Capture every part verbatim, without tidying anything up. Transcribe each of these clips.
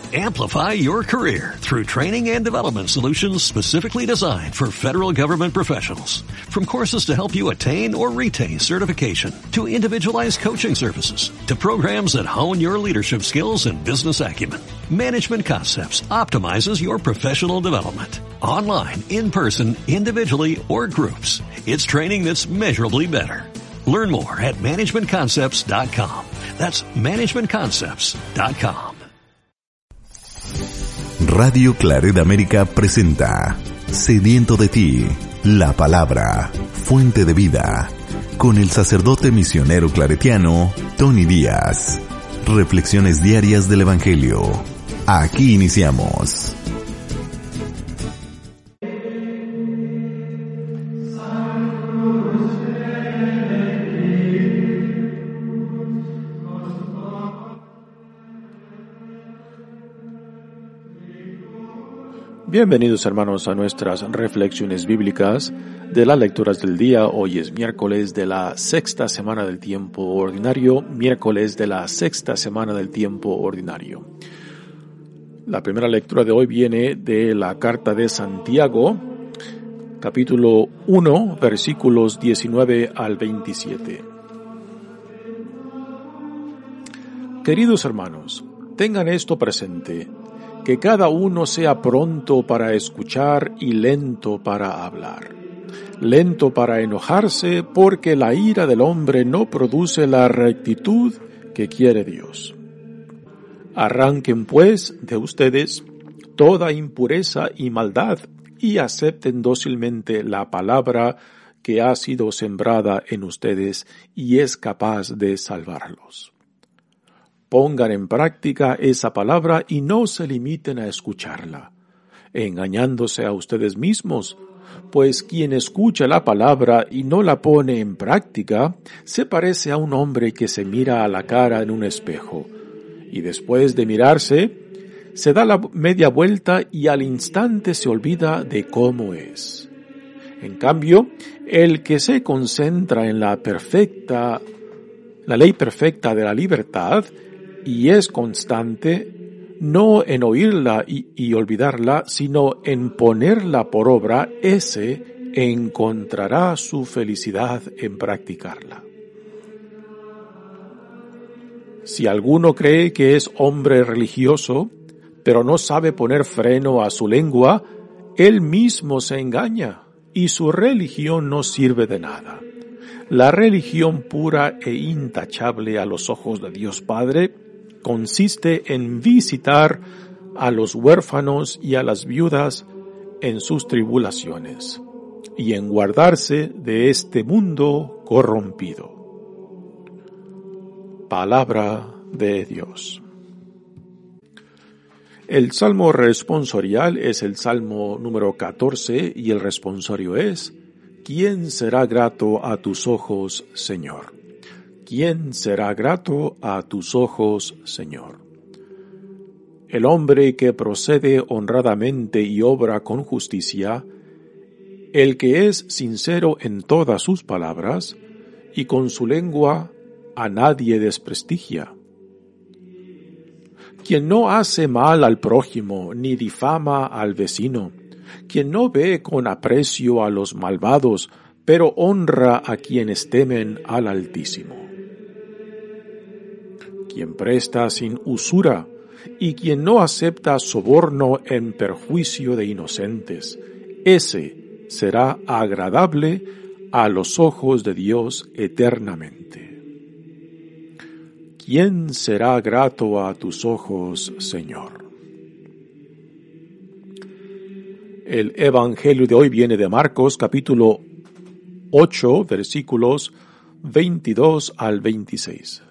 Amplify your career through training and development solutions specifically designed for federal government professionals. From courses to help you attain or retain certification, to individualized coaching services, to programs that hone your leadership skills and business acumen, Management Concepts optimizes your professional development. Online, in person, individually, or groups, it's training that's measurably better. Learn more at management concepts dot com. That's management concepts dot com. Radio Claret América presenta Sediento de ti, la palabra, fuente de vida, con el sacerdote misionero claretiano Tony Díaz. Reflexiones diarias del Evangelio. Aquí iniciamos. Bienvenidos hermanos a nuestras reflexiones bíblicas de las lecturas del día. Hoy es miércoles de la sexta semana del tiempo ordinario, miércoles de la sexta semana del tiempo ordinario. La primera lectura de hoy viene de la carta de Santiago, capítulo uno, versículos diecinueve al veintisiete. Queridos hermanos, tengan esto presente, que cada uno sea pronto para escuchar y lento para hablar, lento para enojarse, porque la ira del hombre no produce la rectitud que quiere Dios. Arranquen pues de ustedes toda impureza y maldad y acepten dócilmente la palabra que ha sido sembrada en ustedes y es capaz de salvarlos. Pongan en práctica esa palabra y no se limiten a escucharla, engañándose a ustedes mismos, pues quien escucha la palabra y no la pone en práctica, se parece a un hombre que se mira a la cara en un espejo, y después de mirarse, se da la media vuelta y al instante se olvida de cómo es. En cambio, el que se concentra en la perfecta, la ley perfecta de la libertad, y es constante, no en oírla y, y olvidarla, sino en ponerla por obra, ese encontrará su felicidad en practicarla. Si alguno cree que es hombre religioso, pero no sabe poner freno a su lengua, él mismo se engaña, y su religión no sirve de nada. La religión pura e intachable a los ojos de Dios Padre consiste en visitar a los huérfanos y a las viudas en sus tribulaciones y en guardarse de este mundo corrompido. Palabra de Dios. El salmo responsorial es el salmo número catorce y el responsorio es: ¿Quién será grato a tus ojos, Señor? ¿Quién será grato a tus ojos, Señor? El hombre que procede honradamente y obra con justicia, el que es sincero en todas sus palabras, y con su lengua a nadie desprestigia. Quien no hace mal al prójimo, ni difama al vecino, quien no ve con aprecio a los malvados, pero honra a quienes temen al Altísimo. Quien presta sin usura, y quien no acepta soborno en perjuicio de inocentes, ese será agradable a los ojos de Dios eternamente. ¿Quién será grato a tus ojos, Señor? El Evangelio de hoy viene de Marcos, capítulo ocho, versículos veintidós al veintiséis.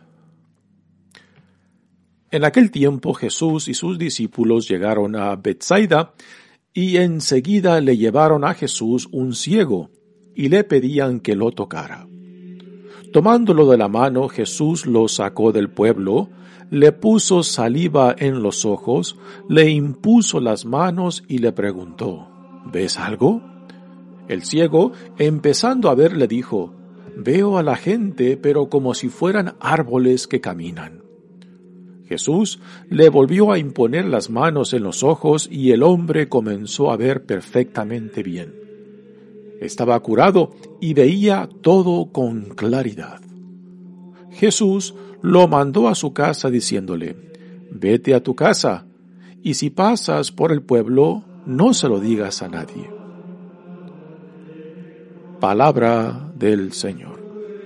En aquel tiempo Jesús y sus discípulos llegaron a Betsaida y enseguida le llevaron a Jesús un ciego y le pedían que lo tocara. Tomándolo de la mano, Jesús lo sacó del pueblo, le puso saliva en los ojos, le impuso las manos y le preguntó: ¿ves algo? El ciego, empezando a ver, le dijo: veo a la gente, pero como si fueran árboles que caminan. Jesús le volvió a imponer las manos en los ojos y el hombre comenzó a ver perfectamente bien. Estaba curado y veía todo con claridad. Jesús lo mandó a su casa diciéndole, «Vete a tu casa, y si pasas por el pueblo, no se lo digas a nadie». Palabra del Señor.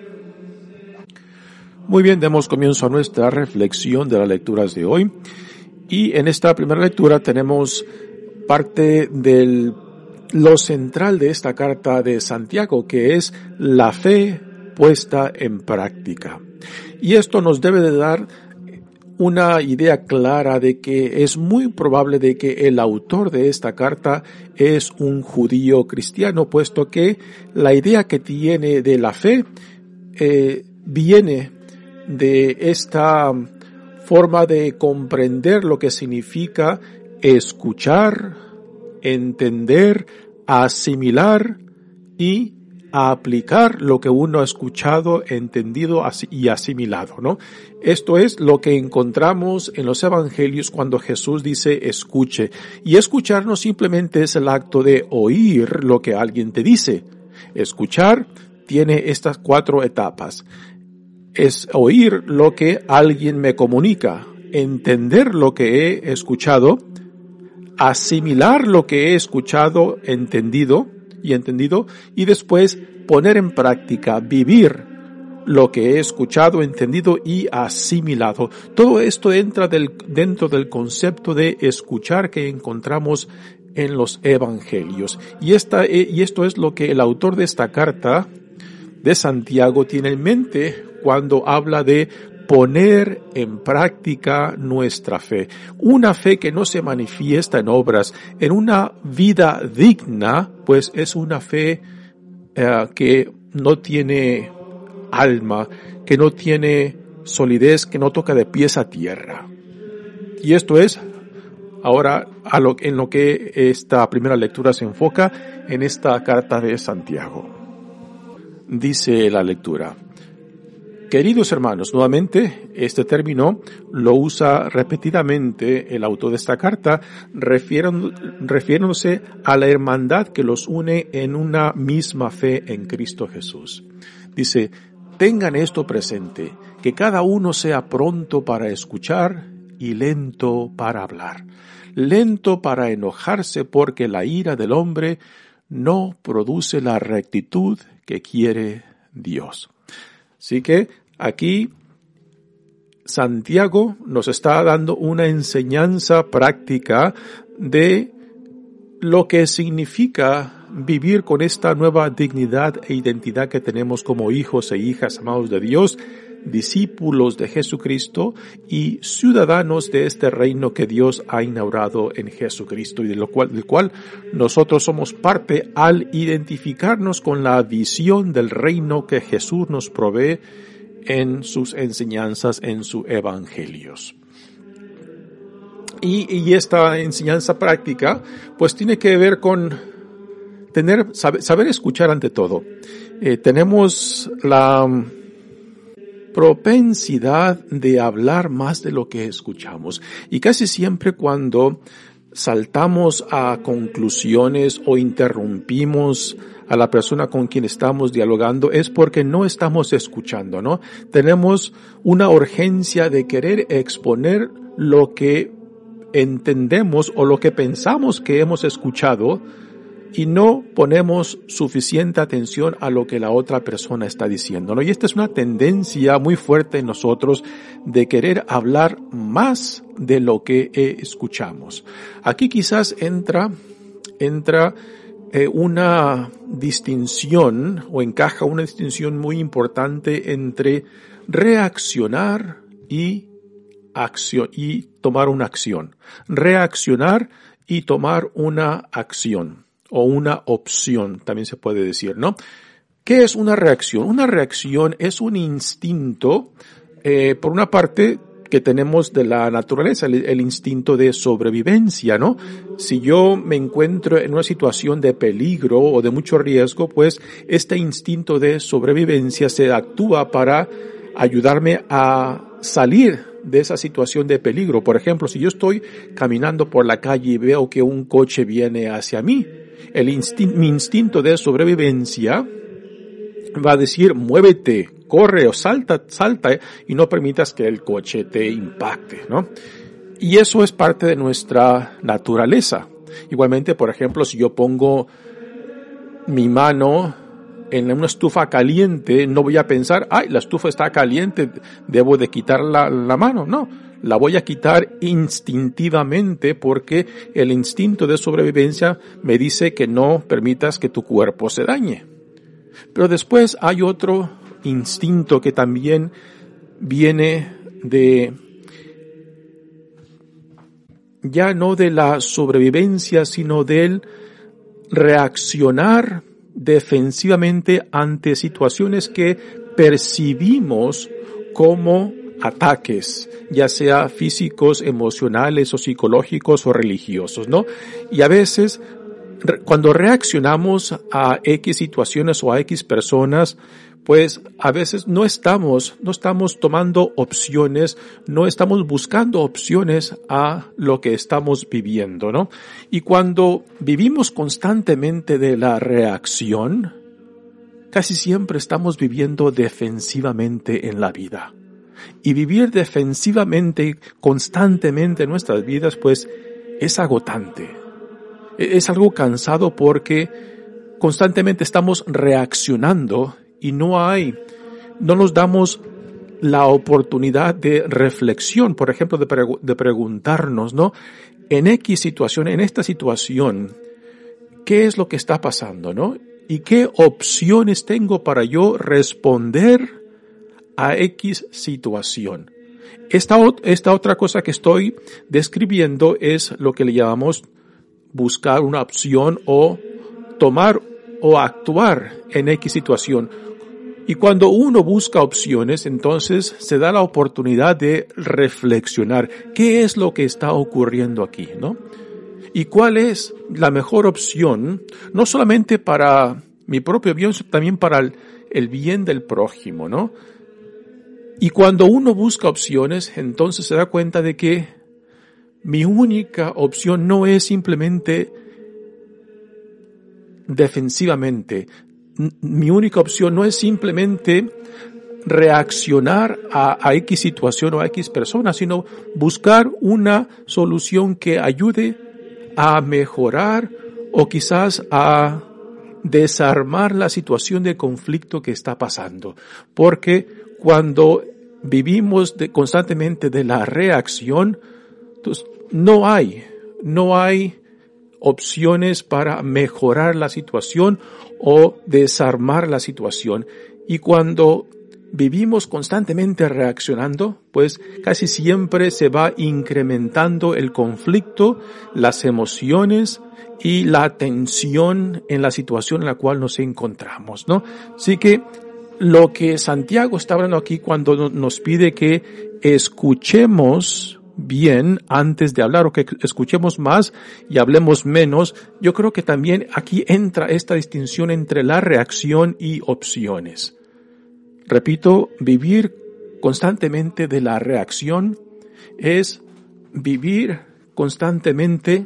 Muy bien, demos comienzo a nuestra reflexión de las lecturas de hoy. Y en esta primera lectura tenemos parte de lo central de esta carta de Santiago, que es la fe puesta en práctica. Y esto nos debe de dar una idea clara de que es muy probable de que el autor de esta carta es un judío cristiano, puesto que la idea que tiene de la fe eh, viene de esta forma de comprender lo que significa escuchar, entender, asimilar y aplicar lo que uno ha escuchado, entendido y asimilado, ¿no? Esto es lo que encontramos en los evangelios cuando Jesús dice escuche. Y escuchar no simplemente es el acto de oír lo que alguien te dice. Escuchar tiene estas cuatro etapas. Es oír lo que alguien me comunica, entender lo que he escuchado, asimilar lo que he escuchado, entendido y entendido, y después poner en práctica, vivir lo que he escuchado, entendido y asimilado. Todo esto entra del, dentro del concepto de escuchar que encontramos en los evangelios. Y esta, y esto es lo que el autor de esta carta de Santiago tiene en mente cuando habla de poner en práctica nuestra fe. Una fe que no se manifiesta en obras, en una vida digna, pues es una fe eh, que no tiene alma, que no tiene solidez, que no toca de pies a tierra. Y esto es ahora a lo, en lo que esta primera lectura se enfoca en esta carta de Santiago. Dice la lectura: Queridos hermanos, nuevamente este término lo usa repetidamente el autor de esta carta, refiriéndose a la hermandad que los une en una misma fe en Cristo Jesús. Dice, tengan esto presente, que cada uno sea pronto para escuchar y lento para hablar, lento para enojarse, porque la ira del hombre no produce la rectitud que quiere Dios. Así que aquí Santiago nos está dando una enseñanza práctica de lo que significa vivir con esta nueva dignidad e identidad que tenemos como hijos e hijas amados de Dios, discípulos de Jesucristo y ciudadanos de este reino que Dios ha inaugurado en Jesucristo y de lo cual, del cual nosotros somos parte al identificarnos con la visión del reino que Jesús nos provee en sus enseñanzas, en sus evangelios. Y, y esta enseñanza práctica, pues tiene que ver con tener, saber, saber escuchar ante todo. Eh, tenemos la propensidad de hablar más de lo que escuchamos. Y casi siempre cuando saltamos a conclusiones o interrumpimos a la persona con quien estamos dialogando es porque no estamos escuchando, ¿no? Tenemos una urgencia de querer exponer lo que entendemos o lo que pensamos que hemos escuchado y no ponemos suficiente atención a lo que la otra persona está diciendo, ¿no? Y esta es una tendencia muy fuerte en nosotros de querer hablar más de lo que eh, escuchamos. Aquí quizás entra, entra eh, una distinción o encaja una distinción muy importante entre reaccionar y acción y tomar una acción. Reaccionar y tomar una acción. O una opción, también se puede decir, ¿no? ¿Qué es una reacción? Una reacción es un instinto, eh, por una parte, que tenemos de la naturaleza, el, el instinto de sobrevivencia, ¿no? Si yo me encuentro en una situación de peligro o de mucho riesgo, pues este instinto de sobrevivencia se actúa para ayudarme a salir de esa situación de peligro. Por ejemplo, si yo estoy caminando por la calle y veo que un coche viene hacia mí, el instin- mi instinto de sobrevivencia va a decir, muévete, corre o salta, salta y no permitas que el coche te impacte, ¿no? Y eso es parte de nuestra naturaleza. Igualmente, por ejemplo, si yo pongo mi mano en una estufa caliente, no voy a pensar, ay, la estufa está caliente, debo de quitar la, la mano. No, la voy a quitar instintivamente porque el instinto de sobrevivencia me dice que no permitas que tu cuerpo se dañe. Pero después hay otro instinto que también viene de, ya no de la sobrevivencia, sino del reaccionar defensivamente ante situaciones que percibimos como ataques, ya sea físicos, emocionales o psicológicos o religiosos, ¿no? Y a veces, cuando reaccionamos a X situaciones o a X personas, pues a veces no estamos, no estamos tomando opciones, no estamos buscando opciones a lo que estamos viviendo, ¿no? Y cuando vivimos constantemente de la reacción, casi siempre estamos viviendo defensivamente en la vida. Y vivir defensivamente constantemente en nuestras vidas, pues es agotante. Es algo cansado porque constantemente estamos reaccionando y no hay, no nos damos la oportunidad de reflexión, por ejemplo, de, pregu- de preguntarnos, ¿no? En X situación, en esta situación, ¿qué es lo que está pasando, no? ¿Y qué opciones tengo para yo responder a X situación? Esta, esta otra cosa que estoy describiendo es lo que le llamamos buscar una opción o tomar o actuar en X situación. Y cuando uno busca opciones, entonces se da la oportunidad de reflexionar qué es lo que está ocurriendo aquí, ¿no? Y cuál es la mejor opción, no solamente para mi propio bien, sino también para el, el bien del prójimo, ¿no? Y cuando uno busca opciones, entonces se da cuenta de que mi única opción no es simplemente defensivamente. Mi única opción no es simplemente reaccionar a, a X situación o a X persona, sino buscar una solución que ayude a mejorar o quizás a desarmar la situación de conflicto que está pasando. Porque cuando vivimos de, constantemente de la reacción, entonces no hay, no hay opciones para mejorar la situación o desarmar la situación. Y cuando vivimos constantemente reaccionando, pues casi siempre se va incrementando el conflicto, las emociones y la tensión en la situación en la cual nos encontramos, ¿no? Así que lo que Santiago está hablando aquí cuando nos pide que escuchemos bien antes de hablar o que escuchemos más y hablemos menos, yo creo que también aquí entra esta distinción entre la reacción y opciones. Repito, vivir constantemente de la reacción es vivir constantemente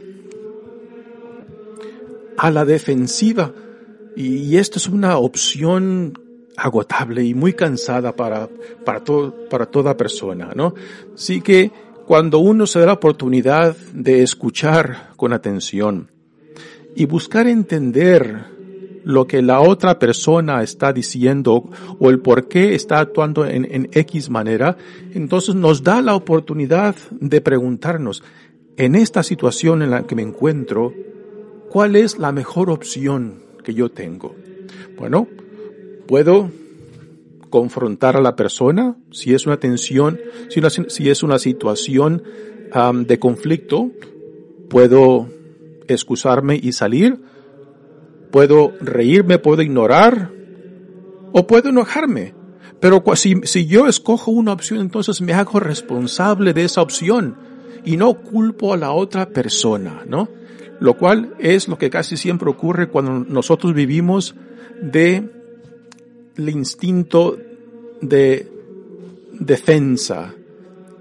a la defensiva y esto es una opción agotable y muy cansada para para todo para toda persona, ¿no? Así que cuando uno se da la oportunidad de escuchar con atención y buscar entender lo que la otra persona está diciendo o el por qué está actuando en, en X manera, entonces nos da la oportunidad de preguntarnos, en esta situación en la que me encuentro, ¿cuál es la mejor opción que yo tengo? Bueno, puedo confrontar a la persona, si es una tensión, si, una, si es una situación um, de conflicto, puedo excusarme y salir, puedo reírme, puedo ignorar, o puedo enojarme. Pero si, si yo escojo una opción, entonces me hago responsable de esa opción y no culpo a la otra persona, ¿no? Lo cual es lo que casi siempre ocurre cuando nosotros vivimos de el instinto de defensa,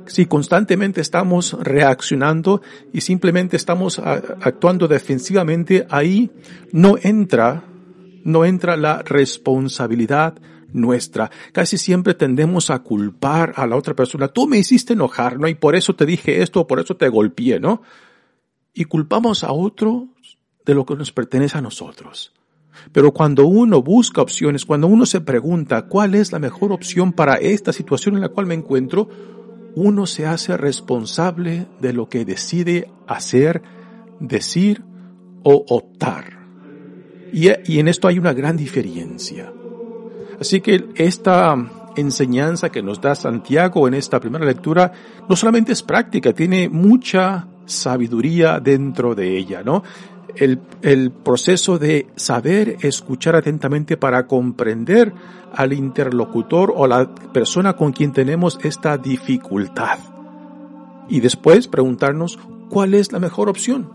Si constantemente estamos reaccionando y simplemente estamos actuando defensivamente, ahí no entra, no entra la responsabilidad nuestra. Casi siempre tendemos a culpar a la otra persona. Tú me hiciste enojar, ¿no? Y por eso te dije esto, por eso te golpeé, ¿no? Y culpamos a otros de lo que nos pertenece a nosotros. Pero cuando uno busca opciones, cuando uno se pregunta cuál es la mejor opción para esta situación en la cual me encuentro, uno se hace responsable de lo que decide hacer, decir o optar. Y, y en esto hay una gran diferencia. Así que esta enseñanza que nos da Santiago en esta primera lectura no solamente es práctica, tiene mucha sabiduría dentro de ella, ¿no? El, el proceso de saber escuchar atentamente para comprender al interlocutor o la persona con quien tenemos esta dificultad. Y después preguntarnos cuál es la mejor opción.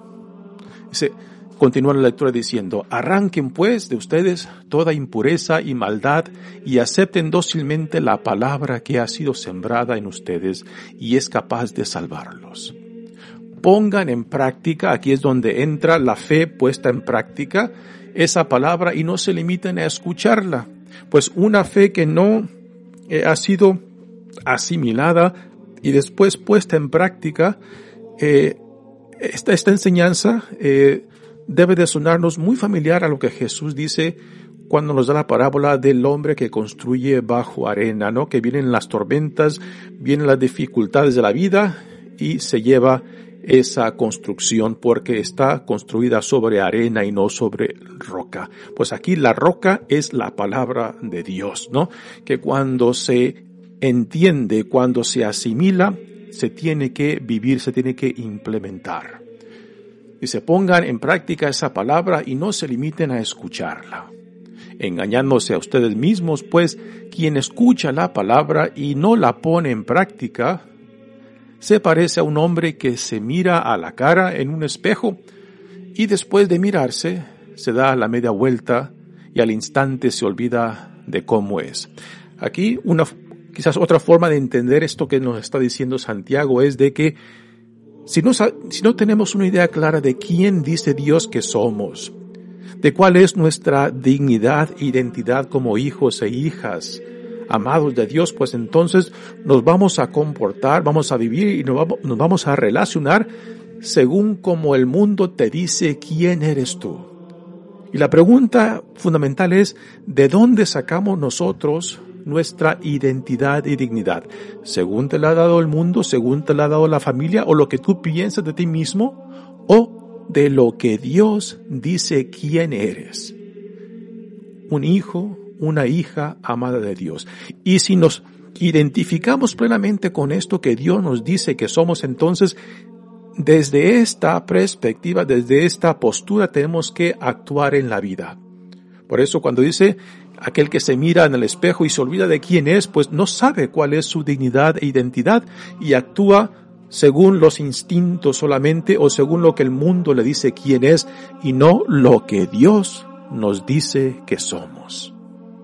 Dice, continúa la lectura diciendo, arranquen pues de ustedes toda impureza y maldad y acepten dócilmente la palabra que ha sido sembrada en ustedes y es capaz de salvarlos. Pongan en práctica, aquí es donde entra la fe puesta en práctica, esa palabra y no se limiten a escucharla, pues una fe que no eh, ha sido asimilada y después puesta en práctica, eh, esta, esta enseñanza eh, debe de sonarnos muy familiar a lo que Jesús dice cuando nos da la parábola del hombre que construye bajo arena, ¿no? Que vienen las tormentas, vienen las dificultades de la vida y se lleva esa construcción porque está construida sobre arena y no sobre roca. Pues aquí la roca es la palabra de Dios, ¿no? Que cuando se entiende, cuando se asimila, se tiene que vivir, se tiene que implementar. Y se pongan en práctica esa palabra y no se limiten a escucharla, engañándose a ustedes mismos, pues quien escucha la palabra y no la pone en práctica, se parece a un hombre que se mira a la cara en un espejo y después de mirarse se da la media vuelta y al instante se olvida de cómo es. Aquí una, quizás otra forma de entender esto que nos está diciendo Santiago es de que si no, si no tenemos una idea clara de quién dice Dios que somos, de cuál es nuestra dignidad e identidad como hijos e hijas amados de Dios, pues entonces nos vamos a comportar, vamos a vivir y nos vamos, nos vamos a relacionar según como el mundo te dice quién eres tú. Y la pregunta fundamental es, ¿de dónde sacamos nosotros nuestra identidad y dignidad? ¿Según te la ha dado el mundo, según te la ha dado la familia, o lo que tú piensas de ti mismo, o de lo que Dios dice quién eres? Un hijo, una hija amada de Dios. Y si nos identificamos plenamente con esto que Dios nos dice que somos, entonces, desde esta perspectiva, desde esta postura, tenemos que actuar en la vida. Por eso cuando dice, aquel que se mira en el espejo y se olvida de quién es, pues no sabe cuál es su dignidad e identidad y actúa según los instintos solamente o según lo que el mundo le dice quién es y no lo que Dios nos dice que somos.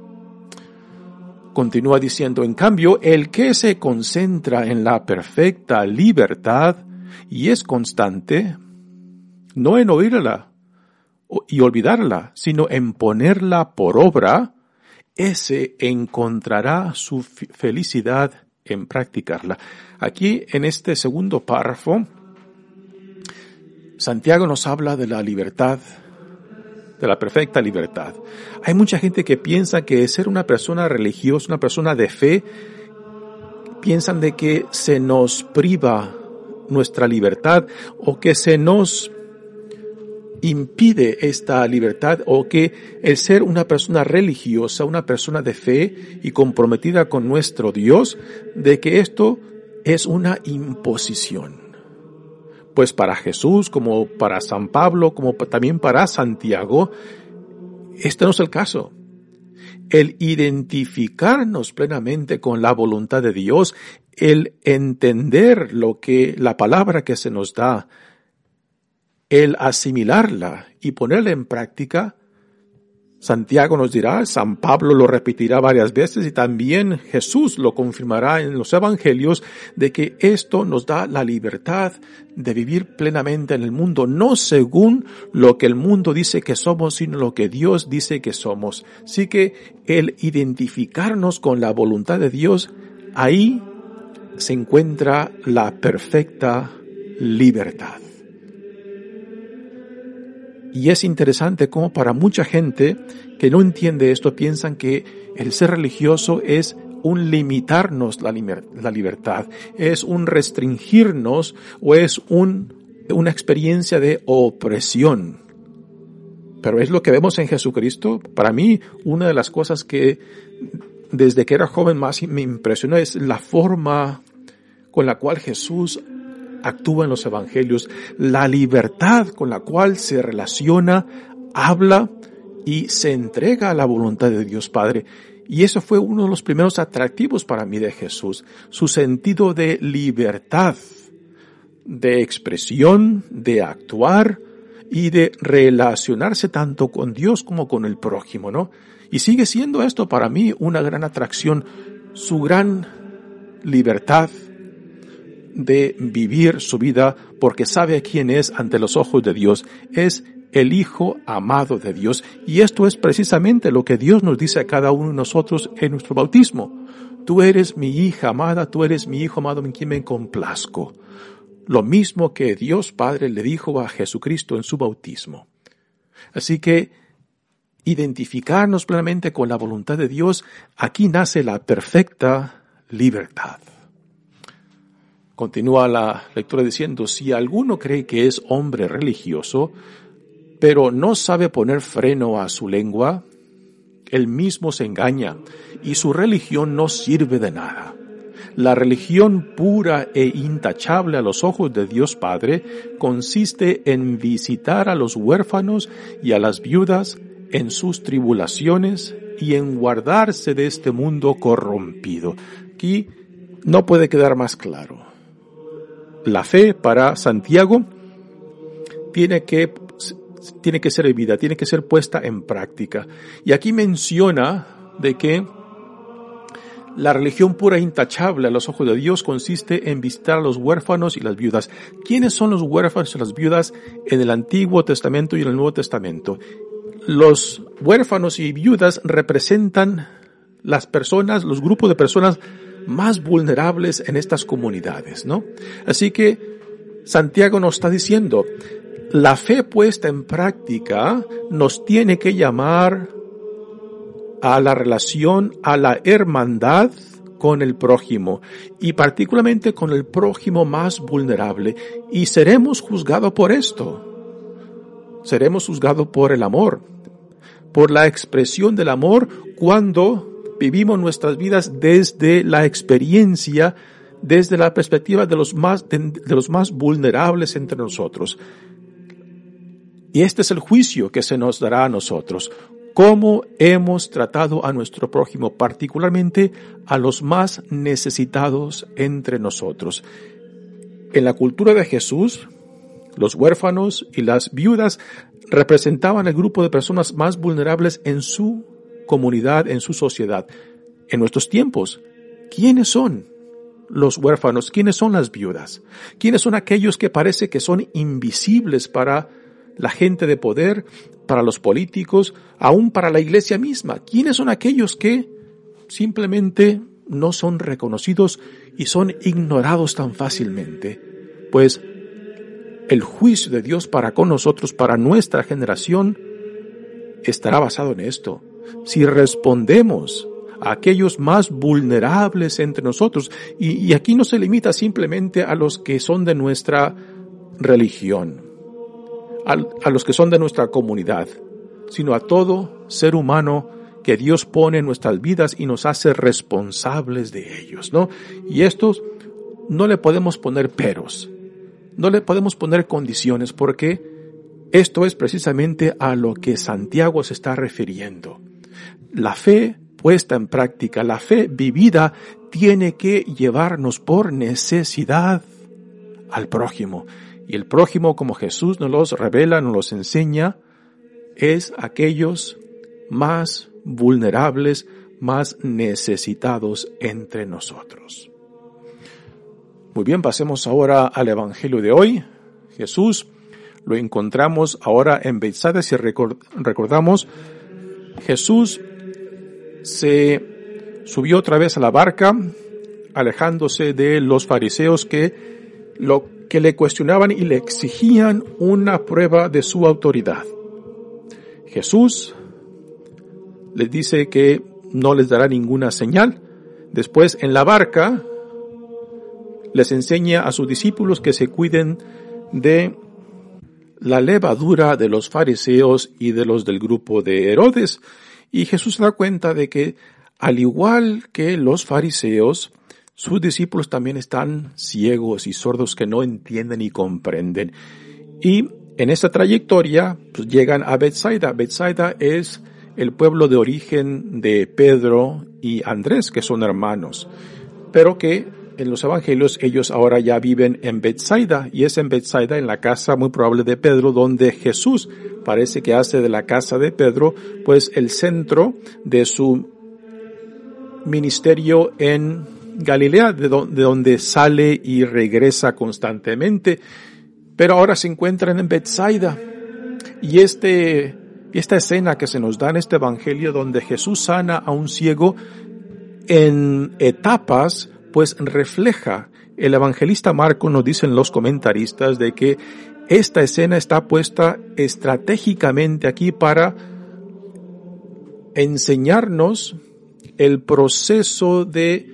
Continúa diciendo, en cambio, el que se concentra en la perfecta libertad y es constante, no en oírla y olvidarla, sino en ponerla por obra, ese encontrará su felicidad en practicarla. Aquí, en este segundo párrafo, Santiago nos habla de la libertad, de la perfecta libertad. Hay mucha gente que piensa que ser una persona religiosa, una persona de fe, piensan de que se nos priva nuestra libertad o que se nos impide esta libertad o que el ser una persona religiosa, una persona de fe y comprometida con nuestro Dios, de que esto es una imposición. Pues para Jesús, como para San Pablo, como también para Santiago, este no es el caso. El identificarnos plenamente con la voluntad de Dios, el entender lo que la palabra que se nos da, el asimilarla y ponerla en práctica, Santiago nos dirá, San Pablo lo repetirá varias veces y también Jesús lo confirmará en los evangelios de que esto nos da la libertad de vivir plenamente en el mundo, no según lo que el mundo dice que somos, sino lo que Dios dice que somos. Así que el identificarnos con la voluntad de Dios, ahí se encuentra la perfecta libertad. Y es interesante cómo para mucha gente que no entiende esto piensan que el ser religioso es un limitarnos la, liber- la libertad, es un restringirnos o es un, una experiencia de opresión. Pero es lo que vemos en Jesucristo. Para mí, una de las cosas que desde que era joven más me impresionó es la forma con la cual Jesús actúa en los evangelios, la libertad con la cual se relaciona, habla y se entrega a la voluntad de Dios Padre. Y eso fue uno de los primeros atractivos para mí de Jesús, su sentido de libertad, de expresión, de actuar y de relacionarse tanto con Dios como con el prójimo, ¿no? Y sigue siendo esto para mí una gran atracción, su gran libertad de vivir su vida porque sabe quién es ante los ojos de Dios. Es el Hijo amado de Dios. Y esto es precisamente lo que Dios nos dice a cada uno de nosotros en nuestro bautismo. Tú eres mi hija amada, tú eres mi hijo amado en quien me complazco. Lo mismo que Dios Padre le dijo a Jesucristo en su bautismo. Así que identificarnos plenamente con la voluntad de Dios, aquí nace la perfecta libertad. Continúa la lectura diciendo, si alguno cree que es hombre religioso, pero no sabe poner freno a su lengua, él mismo se engaña y su religión no sirve de nada. La religión pura e intachable a los ojos de Dios Padre consiste en visitar a los huérfanos y a las viudas en sus tribulaciones y en guardarse de este mundo corrompido. Aquí no puede quedar más claro. La fe para Santiago tiene que, tiene que ser vivida, tiene que ser puesta en práctica. Y aquí menciona de que la religión pura e intachable a los ojos de Dios consiste en visitar a los huérfanos y las viudas. ¿Quiénes son los huérfanos y las viudas en el Antiguo Testamento y en el Nuevo Testamento? Los huérfanos y viudas representan las personas, los grupos de personas más vulnerables en estas comunidades, ¿no? Así que Santiago nos está diciendo, la fe puesta en práctica nos tiene que llamar a la relación, a la hermandad con el prójimo y particularmente con el prójimo más vulnerable, y seremos juzgados por esto. Seremos juzgados por el amor, por la expresión del amor cuando vivimos nuestras vidas desde la experiencia, desde la perspectiva de los más, de, de los más vulnerables entre nosotros. Y este es el juicio que se nos dará a nosotros. Cómo hemos tratado a nuestro prójimo, particularmente a los más necesitados entre nosotros. En la cultura de Jesús, los huérfanos y las viudas representaban el grupo de personas más vulnerables en su comunidad, en su sociedad. En nuestros tiempos, ¿quiénes son los huérfanos? ¿Quiénes son las viudas? ¿Quiénes son aquellos que parece que son invisibles para la gente de poder, para los políticos, aún para la iglesia misma? ¿Quiénes son aquellos que simplemente no son reconocidos y son ignorados tan fácilmente? Pues el juicio de Dios para con nosotros, para nuestra generación, estará basado en esto. Si respondemos a aquellos más vulnerables entre nosotros, y, y aquí no se limita simplemente a los que son de nuestra religión, a, a los que son de nuestra comunidad, sino a todo ser humano que Dios pone en nuestras vidas y nos hace responsables de ellos, ¿no? Y estos no le podemos poner peros, no le podemos poner condiciones, porque esto es precisamente a lo que Santiago se está refiriendo. La fe puesta en práctica, la fe vivida, tiene que llevarnos por necesidad al prójimo. Y el prójimo, como Jesús nos los revela, nos los enseña, es aquellos más vulnerables, más necesitados entre nosotros. Muy bien, pasemos ahora al Evangelio de hoy. Jesús lo encontramos ahora en Betsaida. Si recordamos, Jesús se subió otra vez a la barca, alejándose de los fariseos que lo que le cuestionaban y le exigían una prueba de su autoridad. Jesús les dice que no les dará ninguna señal. Después, en la barca, les enseña a sus discípulos que se cuiden de la levadura de los fariseos y de los del grupo de Herodes. Y Jesús se da cuenta de que, al igual que los fariseos, sus discípulos también están ciegos y sordos, que no entienden y comprenden. Y en esta trayectoria, pues, llegan a Betsaida. Betsaida es el pueblo de origen de Pedro y Andrés, que son hermanos, pero que en los evangelios ellos ahora ya viven en Betsaida, y es en Betsaida, en la casa muy probable de Pedro, donde Jesús parece que hace de la casa de Pedro pues el centro de su ministerio en Galilea, de, do- de donde sale y regresa constantemente, pero ahora se encuentran en Betsaida. Y este, esta escena que se nos da en este evangelio, donde Jesús sana a un ciego en etapas, pues refleja, el evangelista Marcos nos dicen los comentaristas, de que esta escena está puesta estratégicamente aquí para enseñarnos el proceso de,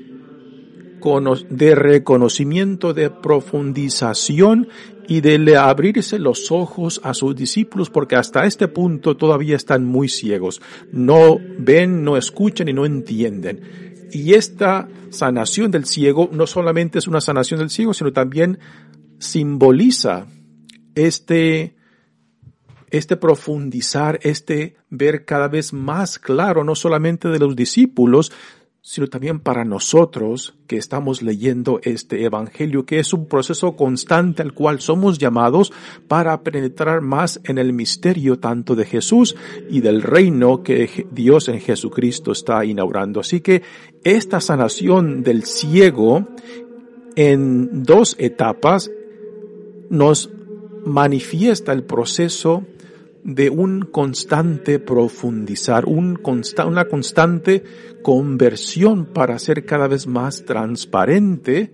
de reconocimiento, de profundización y de abrirse los ojos a sus discípulos, porque hasta este punto todavía están muy ciegos. No ven, no escuchan y no entienden. Y esta sanación del ciego no solamente es una sanación del ciego, sino también simboliza este, este profundizar, este ver cada vez más claro, no solamente de los discípulos, sino también para nosotros que estamos leyendo este evangelio, que es un proceso constante al cual somos llamados para penetrar más en el misterio tanto de Jesús y del reino que Dios en Jesucristo está inaugurando. Así que esta sanación del ciego en dos etapas nos manifiesta el proceso de un constante profundizar, un consta- una constante conversión para ser cada vez más transparente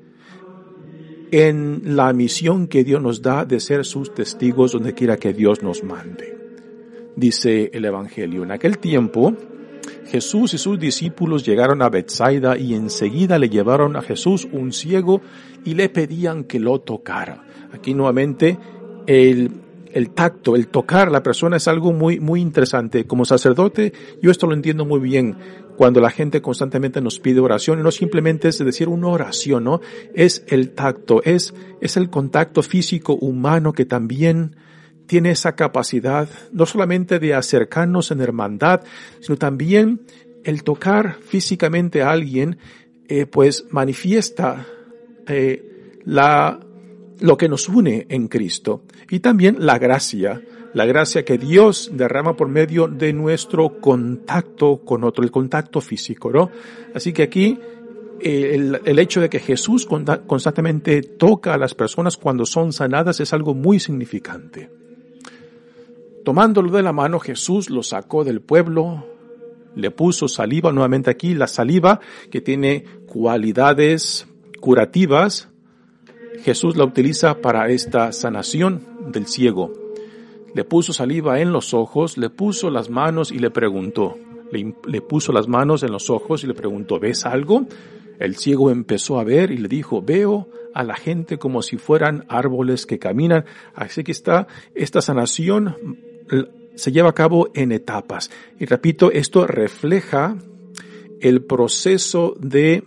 en la misión que Dios nos da de ser sus testigos donde quiera que Dios nos mande. Dice el Evangelio: en aquel tiempo, Jesús y sus discípulos llegaron a Betsaida y enseguida le llevaron a Jesús un ciego y le pedían que lo tocara. Aquí nuevamente el El tacto, el tocar a la persona es algo muy, muy interesante. Como sacerdote, yo esto lo entiendo muy bien. Cuando la gente constantemente nos pide oración, y no simplemente es decir una oración, ¿no? Es el tacto, es, es el contacto físico humano que también tiene esa capacidad, no solamente de acercarnos en hermandad, sino también el tocar físicamente a alguien, eh, pues manifiesta, eh, la, lo que nos une en Cristo. Y también la gracia, la gracia que Dios derrama por medio de nuestro contacto con otro, el contacto físico, ¿no? Así que aquí el, el hecho de que Jesús constantemente toca a las personas cuando son sanadas es algo muy significante. Tomándolo de la mano, Jesús lo sacó del pueblo, le puso saliva, nuevamente aquí la saliva que tiene cualidades curativas. Jesús la utiliza para esta sanación del ciego. Le puso saliva en los ojos, le puso las manos y le preguntó. Le, le puso las manos en los ojos y le preguntó: ¿ves algo? El ciego empezó a ver y le dijo: veo a la gente como si fueran árboles que caminan. Así que está, esta sanación se lleva a cabo en etapas. Y repito, esto refleja el proceso de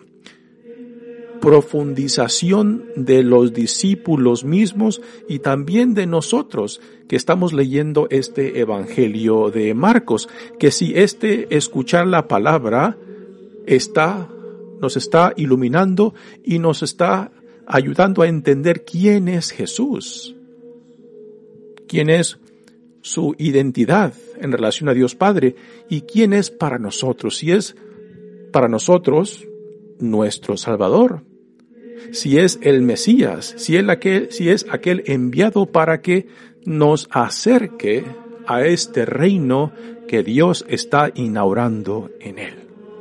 profundización de los discípulos mismos y también de nosotros que estamos leyendo este evangelio de Marcos, que si este escuchar la palabra está, nos está iluminando y nos está ayudando a entender quién es Jesús, quién es su identidad en relación a Dios Padre y quién es para nosotros. Si es para nosotros nuestro Salvador, si es el Mesías, si es aquel, si es aquel enviado para que nos acerque a este reino que Dios está inaugurando en él.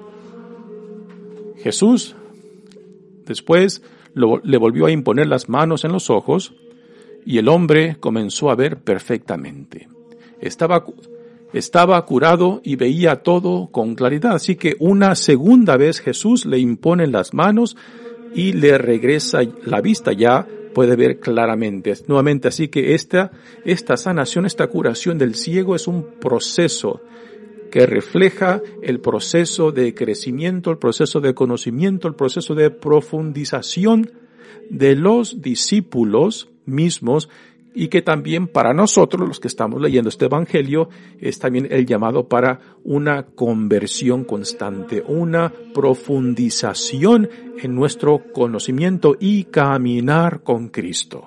Jesús después lo, le volvió a imponer las manos en los ojos y el hombre comenzó a ver perfectamente. Estaba, estaba curado y veía todo con claridad. Así que una segunda vez Jesús le impone las manos y le regresa la vista, ya puede ver claramente. Nuevamente, así que esta, esta sanación, esta curación del ciego es un proceso que refleja el proceso de crecimiento, el proceso de conocimiento, el proceso de profundización de los discípulos mismos, y que también para nosotros, los que estamos leyendo este evangelio, es también el llamado para una conversión constante, una profundización en nuestro conocimiento y caminar con Cristo.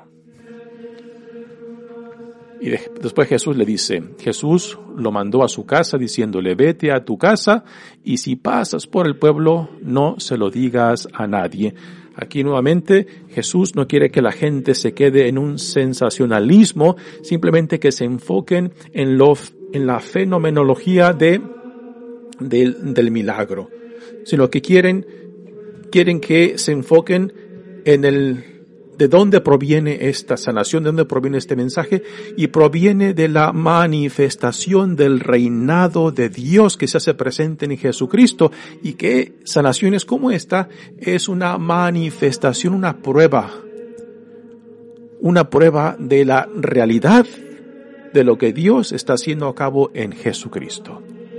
Y de, después Jesús le dice, Jesús lo mandó a su casa diciéndole, vete a tu casa y si pasas por el pueblo, no se lo digas a nadie. Aquí nuevamente Jesús no quiere que la gente se quede en un sensacionalismo, simplemente que se enfoquen en lo, en la fenomenología de, del, del milagro, sino que quieren, quieren que se enfoquen en el, de dónde proviene esta sanación, de dónde proviene este mensaje, y proviene de la manifestación del reinado de Dios que se hace presente en Jesucristo, y que sanaciones como esta es una manifestación, una prueba, una prueba de la realidad de lo que Dios está haciendo a cabo en Jesucristo.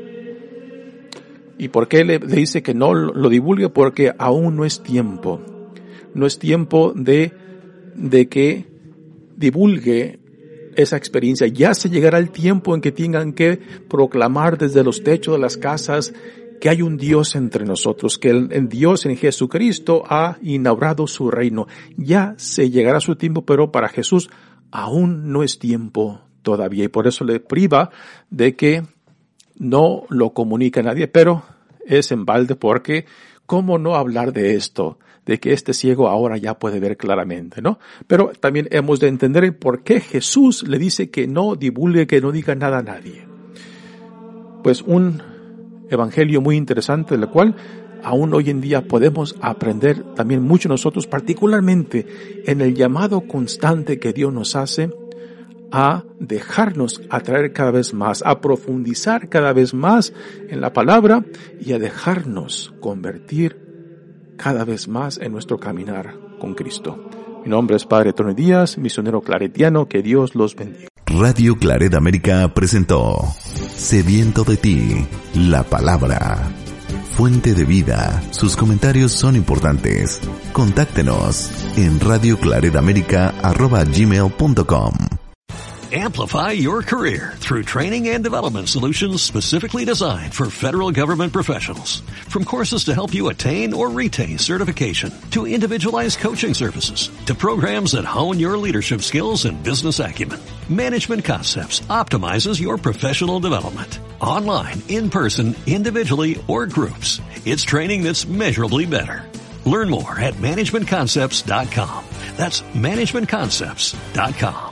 ¿Y por qué le, le dice que no lo divulgue? Porque aún no es tiempo, no es tiempo de de que divulgue esa experiencia. Ya se llegará el tiempo en que tengan que proclamar desde los techos de las casas que hay un Dios entre nosotros, que el, el Dios en Jesucristo ha inaugurado su reino. Ya se llegará su tiempo, pero para Jesús aún no es tiempo todavía, y por eso le priva de que no lo comunique a nadie, pero es en balde, porque ¿cómo no hablar de esto? De que este ciego ahora ya puede ver claramente, ¿no? Pero también hemos de entender el por qué Jesús le dice que no divulgue, que no diga nada a nadie. Pues un evangelio muy interesante, del cual aún hoy en día podemos aprender también mucho nosotros, particularmente en el llamado constante que Dios nos hace a dejarnos atraer cada vez más, a profundizar cada vez más en la palabra y a dejarnos convertir cada vez más en nuestro caminar con Cristo. Mi nombre es Padre Tony Díaz, misionero claretiano, que Dios los bendiga. Radio Claret América presentó Sediento de ti, la palabra, fuente de vida. Sus comentarios son importantes. Contáctenos en radio claret america arroba gmail punto com. Amplify your career through training and development solutions specifically designed for federal government professionals. From courses to help you attain or retain certification, to individualized coaching services, to programs that hone your leadership skills and business acumen, Management Concepts optimizes your professional development. Online, in person, individually, or groups, it's training that's measurably better. Learn more at management concepts dot com. That's management concepts dot com.